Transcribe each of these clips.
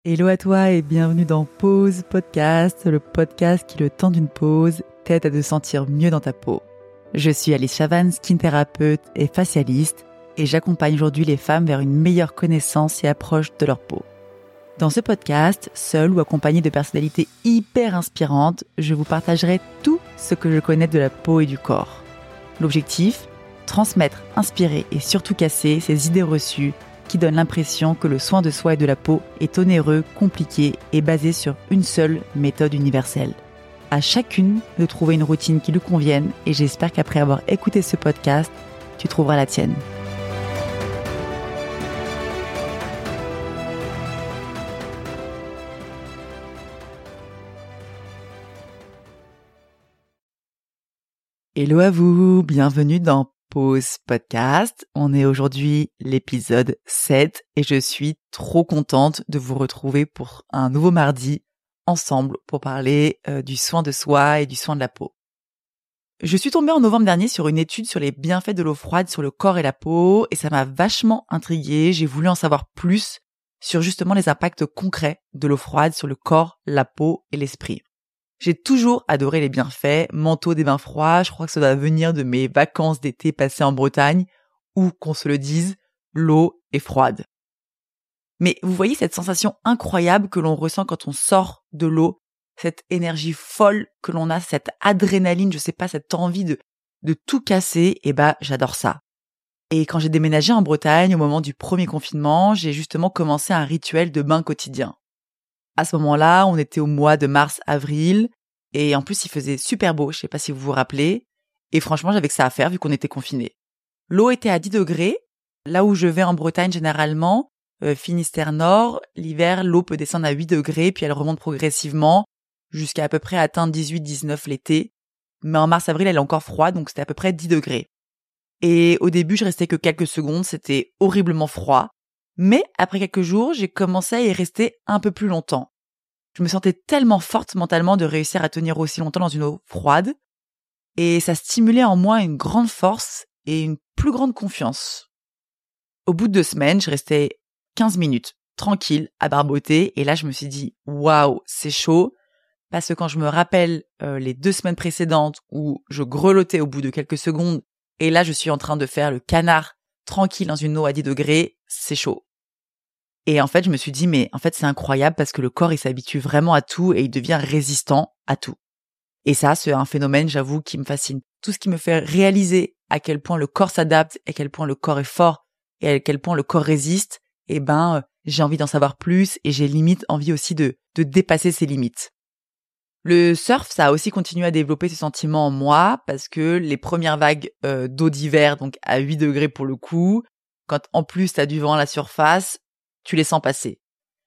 Hello à toi et bienvenue dans Pause Podcast, le podcast qui, le temps d'une pause, t'aide à te sentir mieux dans ta peau. Je suis Alice Chavannes, skin thérapeute et facialiste, et j'accompagne aujourd'hui les femmes vers une meilleure connaissance et approche de leur peau. Dans ce podcast, seule ou accompagnée de personnalités hyper inspirantes, je vous partagerai tout ce que je connais de la peau et du corps. L'objectif ? Transmettre, inspirer et surtout casser ces idées reçues qui donnent l'impression que le soin de soi et de la peau est onéreux, compliqué et basé sur une seule méthode universelle. À chacune de trouver une routine qui lui convienne et j'espère qu'après avoir écouté ce podcast, tu trouveras la tienne. Hello à vous, bienvenue dans Pause Podcast. On est aujourd'hui l'épisode 7 et je suis trop contente de vous retrouver pour un nouveau mardi ensemble pour parler du soin de soi et du soin de la peau. Je suis tombée en novembre dernier sur une étude sur les bienfaits de l'eau froide sur le corps et la peau et ça m'a vachement intriguée. J'ai voulu en savoir plus sur justement les impacts concrets de l'eau froide sur le corps, la peau et l'esprit. J'ai toujours adoré les bienfaits mentaux des bains froids, je crois que ça doit venir de mes vacances d'été passées en Bretagne, où, qu'on se le dise, l'eau est froide. Mais vous voyez cette sensation incroyable que l'on ressent quand on sort de l'eau, cette énergie folle que l'on a, cette adrénaline, je sais pas, cette envie de tout casser, j'adore ça. Et quand j'ai déménagé en Bretagne, au moment du premier confinement, j'ai justement commencé un rituel de bain quotidien. À ce moment-là, on était au mois de mars-avril et en plus il faisait super beau, je sais pas si vous vous rappelez. Et franchement, j'avais que ça à faire vu qu'on était confinés. L'eau était à 10 degrés. Là où je vais en Bretagne généralement, Finistère Nord, l'hiver, l'eau peut descendre à 8 degrés puis elle remonte progressivement jusqu'à peu près atteindre 18-19 l'été. Mais en mars-avril, elle est encore froide, donc c'était à peu près 10 degrés. Et au début, je restais que quelques secondes, c'était horriblement froid. Mais après quelques jours, j'ai commencé à y rester un peu plus longtemps. Je me sentais tellement forte mentalement de réussir à tenir aussi longtemps dans une eau froide et ça stimulait en moi une grande force et une plus grande confiance. Au bout de 2 semaines, je restais 15 minutes tranquille à barboter et là je me suis dit « Waouh, c'est chaud !» Parce que quand je me rappelle les 2 semaines précédentes où je grelottais au bout de quelques secondes et là je suis en train de faire le canard tranquille dans une eau à 10 degrés, c'est chaud. Et en fait, je me suis dit, mais en fait, c'est incroyable parce que le corps, il s'habitue vraiment à tout et il devient résistant à tout. Et ça, c'est un phénomène, j'avoue, qui me fascine. Tout ce qui me fait réaliser à quel point le corps s'adapte, à quel point le corps est fort et à quel point le corps résiste, j'ai envie d'en savoir plus et j'ai limite envie aussi de dépasser ces limites. Le surf, ça a aussi continué à développer ce sentiment en moi parce que les premières vagues d'eau d'hiver, donc à 8 degrés pour le coup, quand en plus t'as du vent à la surface, tu les sens passer.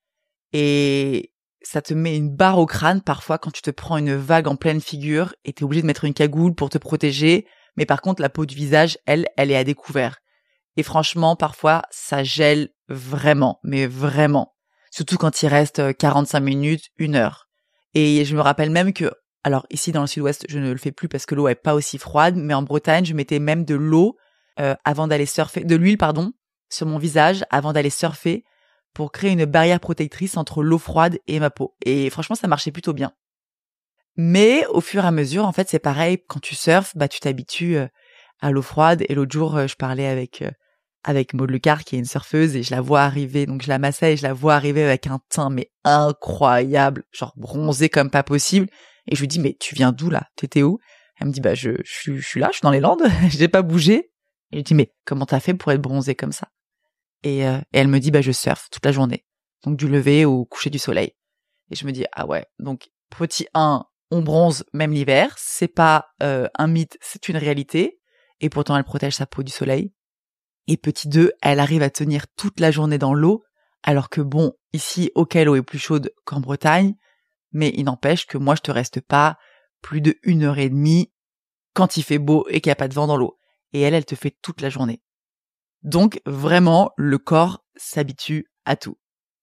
Et ça te met une barre au crâne parfois quand tu te prends une vague en pleine figure et t'es obligé de mettre une cagoule pour te protéger. Mais par contre, la peau du visage, elle est à découvert. Et franchement, parfois, ça gèle vraiment, mais vraiment. Surtout quand il reste 45 minutes, 1 heure. Et je me rappelle même que, alors ici dans le sud-ouest, je ne le fais plus parce que l'eau est pas aussi froide, mais en Bretagne, je mettais même de l'eau avant d'aller surfer, de l'huile, sur mon visage avant d'aller surfer pour créer une barrière protectrice entre l'eau froide et ma peau. Et franchement, ça marchait plutôt bien. Mais au fur et à mesure, en fait, c'est pareil. Quand tu surfes, tu t'habitues à l'eau froide. Et l'autre jour, je parlais avec Maud Lucar, qui est une surfeuse, et je la vois arriver. Donc, je la massais et je la vois arriver avec un teint, mais incroyable, genre bronzé comme pas possible. Et je lui dis, mais tu viens d'où là? T'étais où? Elle me dit, je suis là, je suis dans les Landes, j'ai pas bougé. Et je lui dis, mais comment t'as fait pour être bronzée comme ça? Et elle me dit, je surfe toute la journée. Donc, du lever au coucher du soleil. Et je me dis, ah ouais. Donc, petit 1, on bronze même l'hiver. C'est pas un mythe, c'est une réalité. Et pourtant, elle protège sa peau du soleil. Et petit 2, elle arrive à tenir toute la journée dans l'eau. Alors que ici, ok, l'eau est plus chaude qu'en Bretagne. Mais il n'empêche que moi, je te reste pas plus de 1h30 quand il fait beau et qu'il n'y a pas de vent dans l'eau. Et elle te fait toute la journée. Donc, vraiment, le corps s'habitue à tout.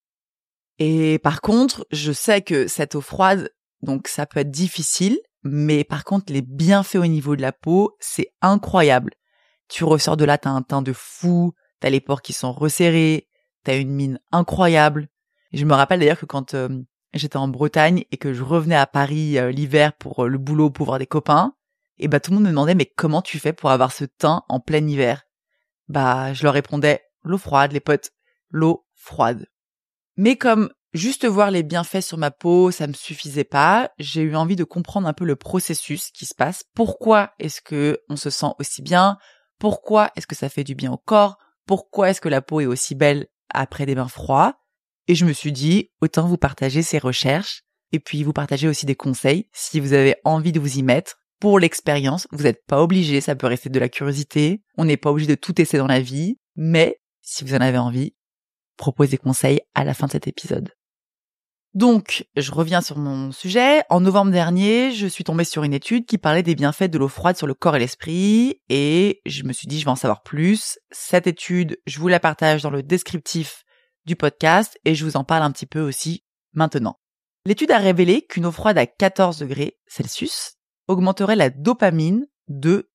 Et par contre, je sais que cette eau froide, donc ça peut être difficile, mais par contre, les bienfaits au niveau de la peau, c'est incroyable. Tu ressors de là, t'as un teint de fou, t'as les pores qui sont resserrés, t'as une mine incroyable. Et je me rappelle d'ailleurs que quand j'étais en Bretagne et que je revenais à Paris l'hiver pour le boulot, pour voir des copains, et tout le monde me demandait mais comment tu fais pour avoir ce teint en plein hiver? Je leur répondais l'eau froide les potes, l'eau froide. Mais comme juste voir les bienfaits sur ma peau, ça me suffisait pas, j'ai eu envie de comprendre un peu le processus qui se passe. Pourquoi est-ce que on se sent aussi bien? Pourquoi est-ce que ça fait du bien au corps? Pourquoi est-ce que la peau est aussi belle après des bains froids? Et je me suis dit, autant vous partager ces recherches et puis vous partager aussi des conseils si vous avez envie de vous y mettre. Pour l'expérience, vous n'êtes pas obligé, ça peut rester de la curiosité. On n'est pas obligé de tout tester dans la vie, mais si vous en avez envie, proposez des conseils à la fin de cet épisode. Donc, je reviens sur mon sujet. En novembre dernier, je suis tombée sur une étude qui parlait des bienfaits de l'eau froide sur le corps et l'esprit et je me suis dit, je vais en savoir plus. Cette étude, je vous la partage dans le descriptif du podcast et je vous en parle un petit peu aussi maintenant. L'étude a révélé qu'une eau froide à 14 degrés Celsius augmenterait la dopamine de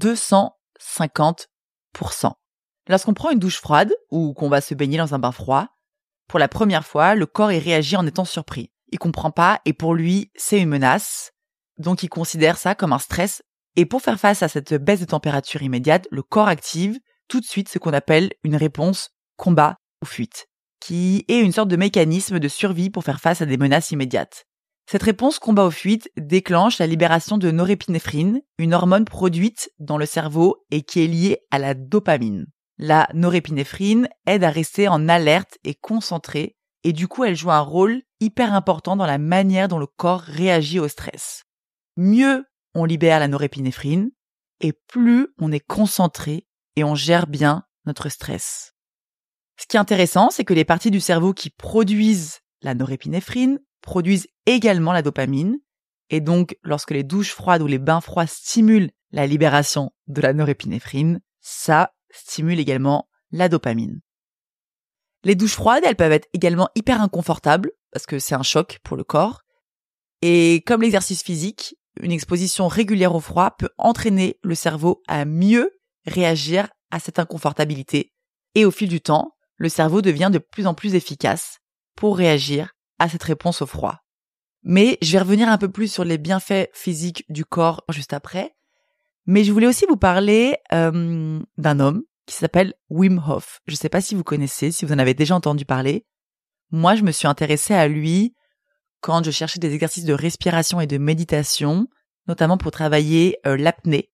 250%. Lorsqu'on prend une douche froide ou qu'on va se baigner dans un bain froid, pour la première fois, le corps y réagit en étant surpris. Il comprend pas et pour lui, c'est une menace. Donc il considère ça comme un stress. Et pour faire face à cette baisse de température immédiate, le corps active tout de suite ce qu'on appelle une réponse combat ou fuite, qui est une sorte de mécanisme de survie pour faire face à des menaces immédiates. Cette réponse combat ou fuite déclenche la libération de norépinéphrine, une hormone produite dans le cerveau et qui est liée à la dopamine. La norépinéphrine aide à rester en alerte et concentré et du coup elle joue un rôle hyper important dans la manière dont le corps réagit au stress. Mieux on libère la norépinéphrine et plus on est concentré et on gère bien notre stress. Ce qui est intéressant, c'est que les parties du cerveau qui produisent la norépinéphrine produisent également la dopamine et donc lorsque les douches froides ou les bains froids stimulent la libération de la norépinéphrine, ça stimule également la dopamine. Les douches froides, elles peuvent être également hyper inconfortables parce que c'est un choc pour le corps. Et comme l'exercice physique, une exposition régulière au froid peut entraîner le cerveau à mieux réagir à cette inconfortabilité. Et au fil du temps, le cerveau devient de plus en plus efficace pour réagir à cette réponse au froid. Mais je vais revenir un peu plus sur les bienfaits physiques du corps juste après. Mais je voulais aussi vous parler d'un homme qui s'appelle Wim Hof. Je ne sais pas si vous connaissez, si vous en avez déjà entendu parler. Moi, je me suis intéressée à lui quand je cherchais des exercices de respiration et de méditation, notamment pour travailler l'apnée.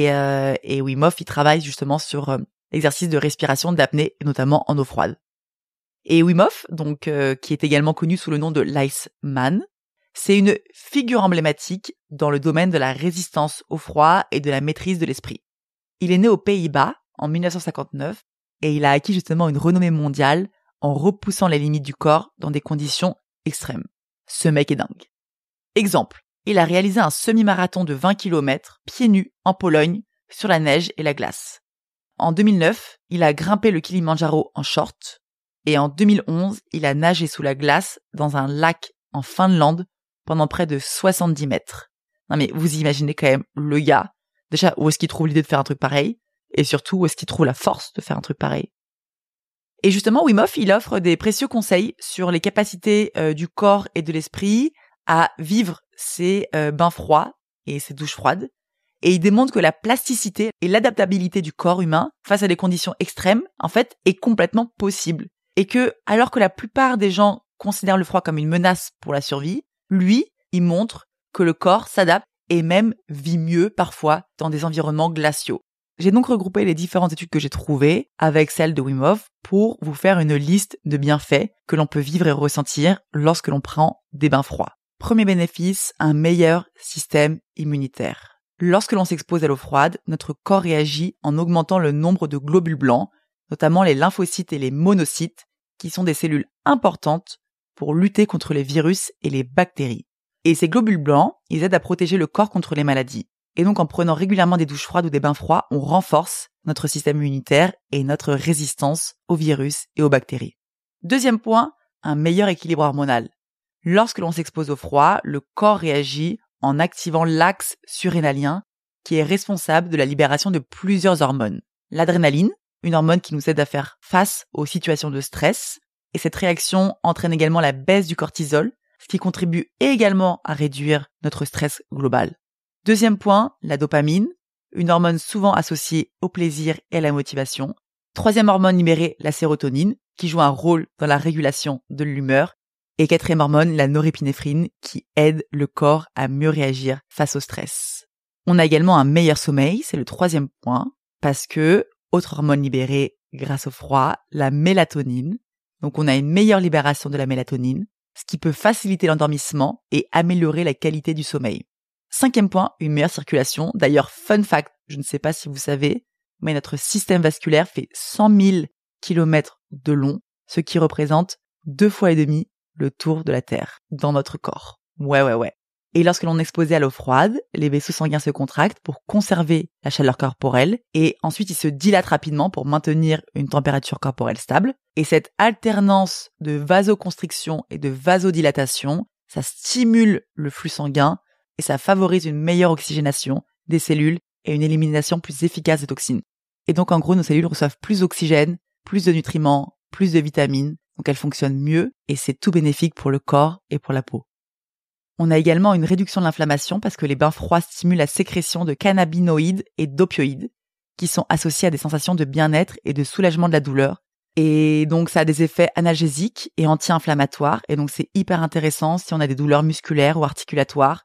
Et Wim Hof, il travaille justement sur l'exercice de respiration, d'apnée, notamment en eau froide. Et Wim Hof, donc qui est également connu sous le nom de l'Iceman, c'est une figure emblématique dans le domaine de la résistance au froid et de la maîtrise de l'esprit. Il est né aux Pays-Bas en 1959 et il a acquis justement une renommée mondiale en repoussant les limites du corps dans des conditions extrêmes. Ce mec est dingue. Exemple, il a réalisé un semi-marathon de 20 km pieds nus en Pologne sur la neige et la glace. En 2009, il a grimpé le Kilimandjaro en short et en 2011, il a nagé sous la glace dans un lac en Finlande pendant près de 70 mètres. Non mais vous imaginez quand même le gars, déjà où est-ce qu'il trouve l'idée de faire un truc pareil et surtout où est-ce qu'il trouve la force de faire un truc pareil. Et justement, Wim Hof, il offre des précieux conseils sur les capacités du corps et de l'esprit à vivre ces bains froids et ces douches froides. Et il démontre que la plasticité et l'adaptabilité du corps humain face à des conditions extrêmes, en fait, est complètement possible. Et que, alors que la plupart des gens considèrent le froid comme une menace pour la survie, lui, il montre que le corps s'adapte et même vit mieux parfois dans des environnements glaciaux. J'ai donc regroupé les différentes études que j'ai trouvées avec celle de Wim Hof pour vous faire une liste de bienfaits que l'on peut vivre et ressentir lorsque l'on prend des bains froids. Premier bénéfice, un meilleur système immunitaire. Lorsque l'on s'expose à l'eau froide, notre corps réagit en augmentant le nombre de globules blancs, notamment les lymphocytes et les monocytes, qui sont des cellules importantes pour lutter contre les virus et les bactéries. Et ces globules blancs, ils aident à protéger le corps contre les maladies. Et donc en prenant régulièrement des douches froides ou des bains froids, on renforce notre système immunitaire et notre résistance aux virus et aux bactéries. Deuxième point, un meilleur équilibre hormonal. Lorsque l'on s'expose au froid, le corps réagit en activant l'axe surrénalien qui est responsable de la libération de plusieurs hormones. L'adrénaline, une hormone qui nous aide à faire face aux situations de stress, et cette réaction entraîne également la baisse du cortisol, ce qui contribue également à réduire notre stress global. Deuxième point, la dopamine, une hormone souvent associée au plaisir et à la motivation. Troisième hormone libérée, la sérotonine, qui joue un rôle dans la régulation de l'humeur. Et quatrième hormone, la norépinéphrine, qui aide le corps à mieux réagir face au stress. On a également un meilleur sommeil, c'est le troisième point, parce que, autre hormone libérée grâce au froid, la mélatonine. Donc on a une meilleure libération de la mélatonine, ce qui peut faciliter l'endormissement et améliorer la qualité du sommeil. Cinquième point, une meilleure circulation. D'ailleurs, fun fact, je ne sais pas si vous savez, mais notre système vasculaire fait 100 000 km de long, ce qui représente 2,5 fois le tour de la Terre dans notre corps. Ouais. Et lorsque l'on est exposé à l'eau froide, les vaisseaux sanguins se contractent pour conserver la chaleur corporelle et ensuite ils se dilatent rapidement pour maintenir une température corporelle stable. Et cette alternance de vasoconstriction et de vasodilatation, ça stimule le flux sanguin et ça favorise une meilleure oxygénation des cellules et une élimination plus efficace des toxines. Et donc en gros, nos cellules reçoivent plus d'oxygène, plus de nutriments, plus de vitamines, donc elles fonctionnent mieux et c'est tout bénéfique pour le corps et pour la peau. On a également une réduction de l'inflammation parce que les bains froids stimulent la sécrétion de cannabinoïdes et d'opioïdes qui sont associés à des sensations de bien-être et de soulagement de la douleur. Et donc ça a des effets analgésiques et anti-inflammatoires et donc c'est hyper intéressant si on a des douleurs musculaires ou articulatoires.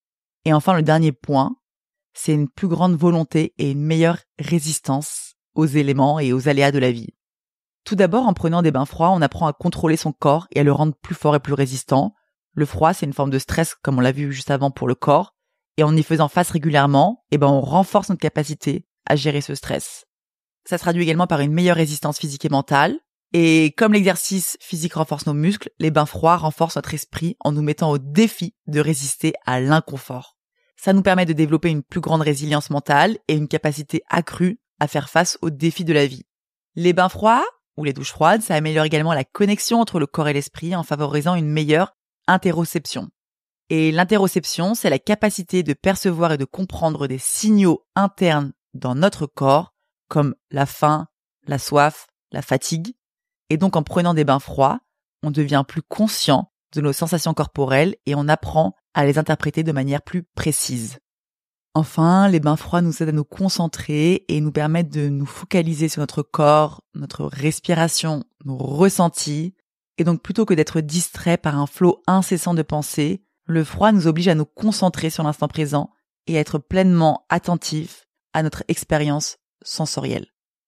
Et enfin le dernier point, c'est une plus grande volonté et une meilleure résistance aux éléments et aux aléas de la vie. Tout d'abord, en prenant des bains froids, on apprend à contrôler son corps et à le rendre plus fort et plus résistant. Le froid, c'est une forme de stress, comme on l'a vu juste avant pour le corps. Et en y faisant face régulièrement, on renforce notre capacité à gérer ce stress. Ça se traduit également par une meilleure résistance physique et mentale. Et comme l'exercice physique renforce nos muscles, les bains froids renforcent notre esprit en nous mettant au défi de résister à l'inconfort. Ça nous permet de développer une plus grande résilience mentale et une capacité accrue à faire face aux défis de la vie. Les bains froids ou les douches froides, ça améliore également la connexion entre le corps et l'esprit en favorisant une meilleure interoception. Et l'interoception, c'est la capacité de percevoir et de comprendre des signaux internes dans notre corps, comme la faim, la soif, la fatigue. Et donc en prenant des bains froids, on devient plus conscient de nos sensations corporelles et on apprend à les interpréter de manière plus précise. Enfin, les bains froids nous aident à nous concentrer et nous permettent de nous focaliser sur notre corps, notre respiration, nos ressentis. Et donc plutôt que d'être distrait par un flot incessant de pensées, le froid nous oblige à nous concentrer sur l'instant présent et à être pleinement attentifs à notre expérience sensorielle.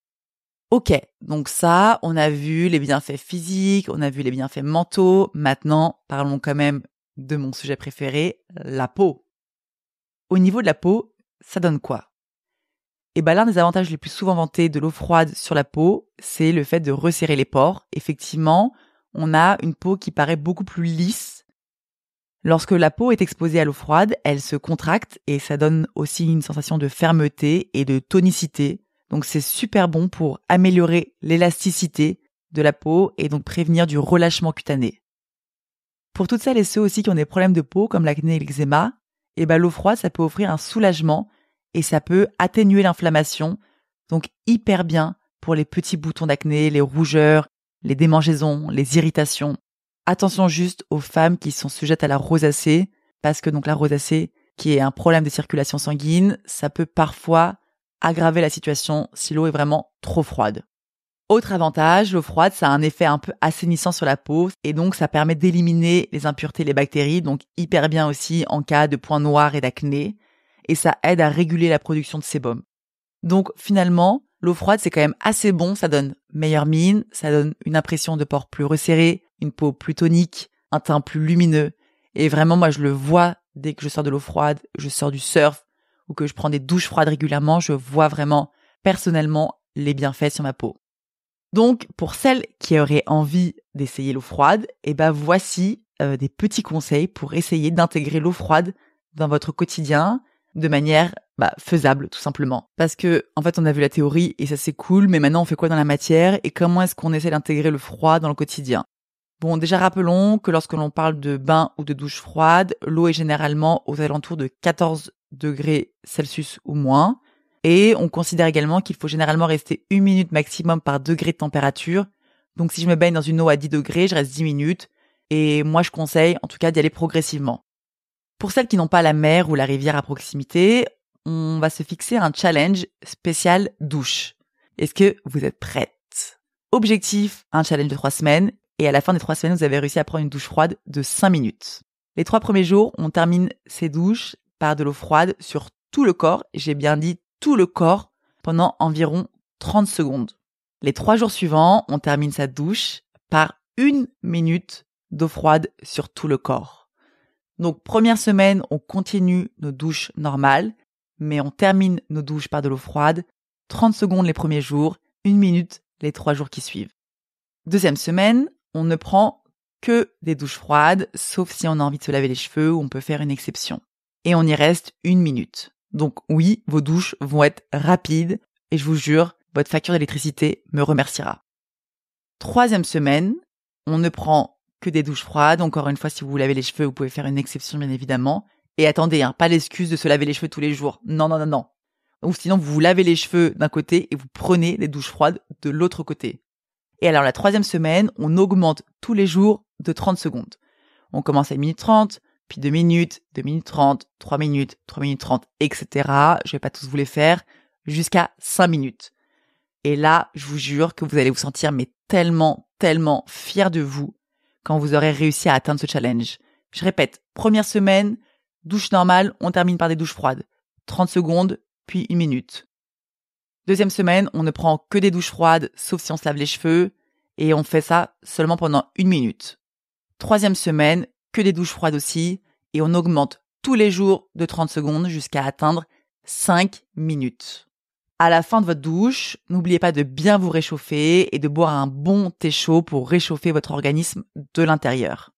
Ok, donc ça, on a vu les bienfaits physiques, on a vu les bienfaits mentaux. Maintenant, parlons quand même de mon sujet préféré, la peau. Au niveau de la peau, ça donne quoi ? L'un des avantages les plus souvent vantés de l'eau froide sur la peau, c'est le fait de resserrer les pores. Effectivement, on a une peau qui paraît beaucoup plus lisse. Lorsque la peau est exposée à l'eau froide, elle se contracte et ça donne aussi une sensation de fermeté et de tonicité. Donc c'est super bon pour améliorer l'élasticité de la peau et donc prévenir du relâchement cutané. Pour toutes celles et ceux aussi qui ont des problèmes de peau comme l'acné et l'eczéma, l'eau froide, ça peut offrir un soulagement et ça peut atténuer l'inflammation. Donc hyper bien pour les petits boutons d'acné, les rougeurs, les démangeaisons, les irritations. Attention juste aux femmes qui sont sujettes à la rosacée, parce que donc la rosacée, qui est un problème de circulation sanguine, ça peut parfois aggraver la situation si l'eau est vraiment trop froide. Autre avantage, l'eau froide, ça a un effet un peu assainissant sur la peau et donc ça permet d'éliminer les impuretés et les bactéries, donc hyper bien aussi en cas de points noirs et d'acné, et ça aide à réguler la production de sébum. Donc finalement, l'eau froide, c'est quand même assez bon, ça donne meilleure mine, ça donne une impression de pores plus resserrés, une peau plus tonique, un teint plus lumineux. Et vraiment, moi, je le vois dès que je sors de l'eau froide, je sors du surf ou que je prends des douches froides régulièrement, je vois vraiment personnellement les bienfaits sur ma peau. Donc, pour celles qui auraient envie d'essayer l'eau froide, voici des petits conseils pour essayer d'intégrer l'eau froide dans votre quotidien de manière faisable, tout simplement. Parce que, en fait, on a vu la théorie et ça c'est cool, mais maintenant on fait quoi dans la matière et comment est-ce qu'on essaie d'intégrer le froid dans le quotidien ? Bon, déjà rappelons que lorsque l'on parle de bain ou de douche froide, l'eau est généralement aux alentours de 14 degrés Celsius ou moins. Et on considère également qu'il faut généralement rester 1 minute maximum par degré de température Donc si je me baigne dans une eau à 10 degrés, je reste 10 minutes. Et moi, je conseille en tout cas d'y aller progressivement. Pour celles qui n'ont pas la mer ou la rivière à proximité, on va se fixer un challenge spécial douche. Est-ce que vous êtes prête? Objectif, un challenge de 3 semaines. Et à la fin des 3 semaines, vous avez réussi à prendre une douche froide de 5 minutes. Les 3 premiers jours, on termine ces douches par de l'eau froide sur tout le corps. J'ai bien dit tout le corps pendant environ 30 secondes. Les 3 jours suivants, on termine sa douche par 1 minute d'eau froide sur tout le corps. Donc, première semaine, on continue nos douches normales, mais on termine nos douches par de l'eau froide, 30 secondes les premiers jours, 1 minute les 3 jours qui suivent. Deuxième semaine, on ne prend que des douches froides, sauf si on a envie de se laver les cheveux ou on peut faire une exception. Et on y reste 1 minute. Donc oui, vos douches vont être rapides et je vous jure, votre facture d'électricité me remerciera. Troisième semaine, on ne prend que des douches froides. Encore une fois, si vous vous lavez les cheveux, vous pouvez faire une exception bien évidemment. Et attendez, pas l'excuse de se laver les cheveux tous les jours. Non. Ou sinon, vous vous lavez les cheveux d'un côté et vous prenez des douches froides de l'autre côté. Et alors, la troisième semaine, on augmente tous les jours de 30 secondes. On commence à 1 minute 30, puis 2 minutes, 2 minutes 30, 3 minutes, 3 minutes 30, etc. Je vais pas tous vous les faire, jusqu'à 5 minutes. Et là, je vous jure que vous allez vous sentir tellement fiers de vous quand vous aurez réussi à atteindre ce challenge. Je répète, première semaine, douche normale, on termine par des douches froides. 30 secondes, puis 1 minute. Deuxième semaine, on ne prend que des douches froides, sauf si on se lave les cheveux, et on fait ça seulement pendant 1 minute. Troisième semaine, que des douches froides aussi, et on augmente tous les jours de 30 secondes jusqu'à atteindre 5 minutes. À la fin de votre douche, n'oubliez pas de bien vous réchauffer et de boire un bon thé chaud pour réchauffer votre organisme de l'intérieur.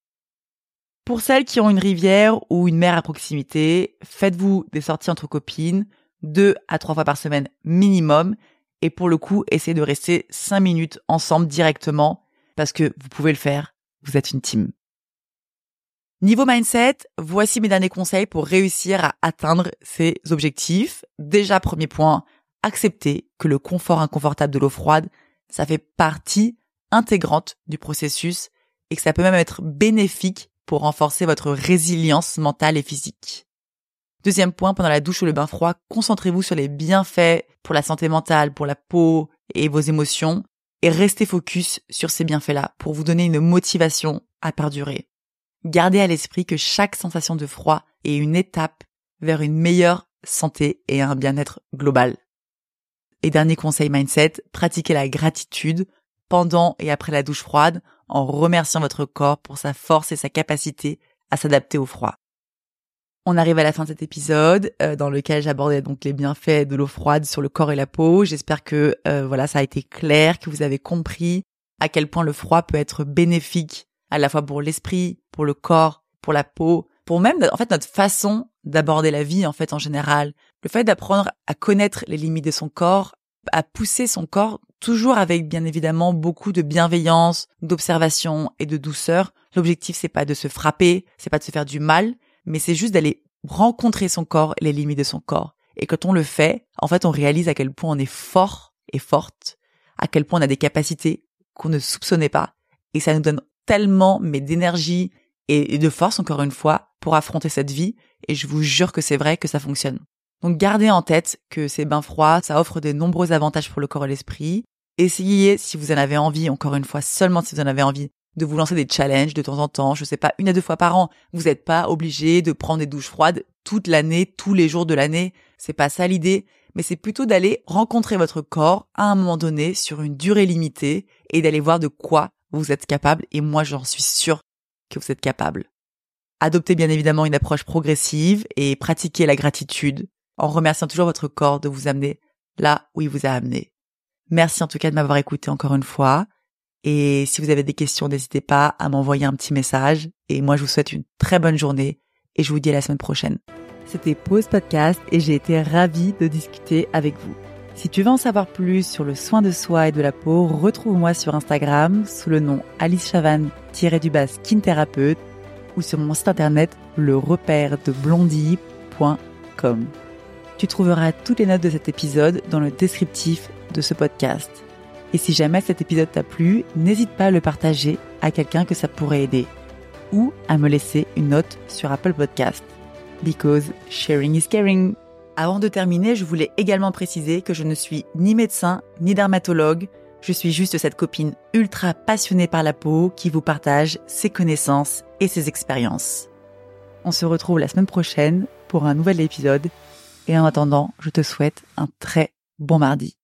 Pour celles qui ont une rivière ou une mer à proximité, faites-vous des sorties entre copines, 2 à 3 fois par semaine minimum, et pour le coup, essayez de rester 5 minutes ensemble directement, parce que vous pouvez le faire, vous êtes une team. Niveau mindset, voici mes derniers conseils pour réussir à atteindre ces objectifs. Déjà, premier point, accepter que le confort inconfortable de l'eau froide, ça fait partie intégrante du processus et que ça peut même être bénéfique pour renforcer votre résilience mentale et physique. Deuxième point, pendant la douche ou le bain froid, concentrez-vous sur les bienfaits pour la santé mentale, pour la peau et vos émotions et restez focus sur ces bienfaits-là pour vous donner une motivation à perdurer. Gardez à l'esprit que chaque sensation de froid est une étape vers une meilleure santé et un bien-être global. Et dernier conseil mindset, pratiquez la gratitude pendant et après la douche froide en remerciant votre corps pour sa force et sa capacité à s'adapter au froid. On arrive à la fin de cet épisode dans lequel j'abordais donc les bienfaits de l'eau froide sur le corps et la peau. J'espère que ça a été clair, que vous avez compris à quel point le froid peut être bénéfique à la fois pour l'esprit, pour le corps, pour la peau, pour même notre façon d'aborder la vie en général. Le fait d'apprendre à connaître les limites de son corps, à pousser son corps toujours avec bien évidemment beaucoup de bienveillance, d'observation et de douceur. L'objectif c'est pas de se frapper, c'est pas de se faire du mal, mais c'est juste d'aller rencontrer son corps, les limites de son corps. Et quand on le fait, on réalise à quel point on est fort et forte, à quel point on a des capacités qu'on ne soupçonnait pas. Et ça nous donne tellement d'énergie et de force, encore une fois, pour affronter cette vie. Et je vous jure que c'est vrai que ça fonctionne. Donc gardez en tête que ces bains froids, ça offre de nombreux avantages pour le corps et l'esprit. Essayez, si vous en avez envie, encore une fois, seulement si vous en avez envie, de vous lancer des challenges de temps en temps, 1 à 2 fois par an. Vous n'êtes pas obligé de prendre des douches froides toute l'année, tous les jours de l'année. C'est pas ça l'idée, mais c'est plutôt d'aller rencontrer votre corps à un moment donné sur une durée limitée et d'aller voir de quoi vous êtes capable. Et moi, j'en suis sûre que vous êtes capable. Adoptez bien évidemment une approche progressive et pratiquez la gratitude en remerciant toujours votre corps de vous amener là où il vous a amené. Merci en tout cas de m'avoir écouté encore une fois. Et si vous avez des questions, n'hésitez pas à m'envoyer un petit message. Et moi, je vous souhaite une très bonne journée et je vous dis à la semaine prochaine. C'était Pause Podcast et j'ai été ravie de discuter avec vous. Si tu veux en savoir plus sur le soin de soi et de la peau, retrouve-moi sur Instagram sous le nom alice-chavanne-skin thérapeute ou sur mon site internet lerepaire-de-blondie.com. Tu trouveras toutes les notes de cet épisode dans le descriptif de ce podcast. Et si jamais cet épisode t'a plu, n'hésite pas à le partager à quelqu'un que ça pourrait aider ou à me laisser une note sur Apple Podcast. Because sharing is caring. Avant de terminer, je voulais également préciser que je ne suis ni médecin ni dermatologue. Je suis juste cette copine ultra passionnée par la peau qui vous partage ses connaissances et ses expériences. On se retrouve la semaine prochaine pour un nouvel épisode. Et en attendant, je te souhaite un très bon mardi.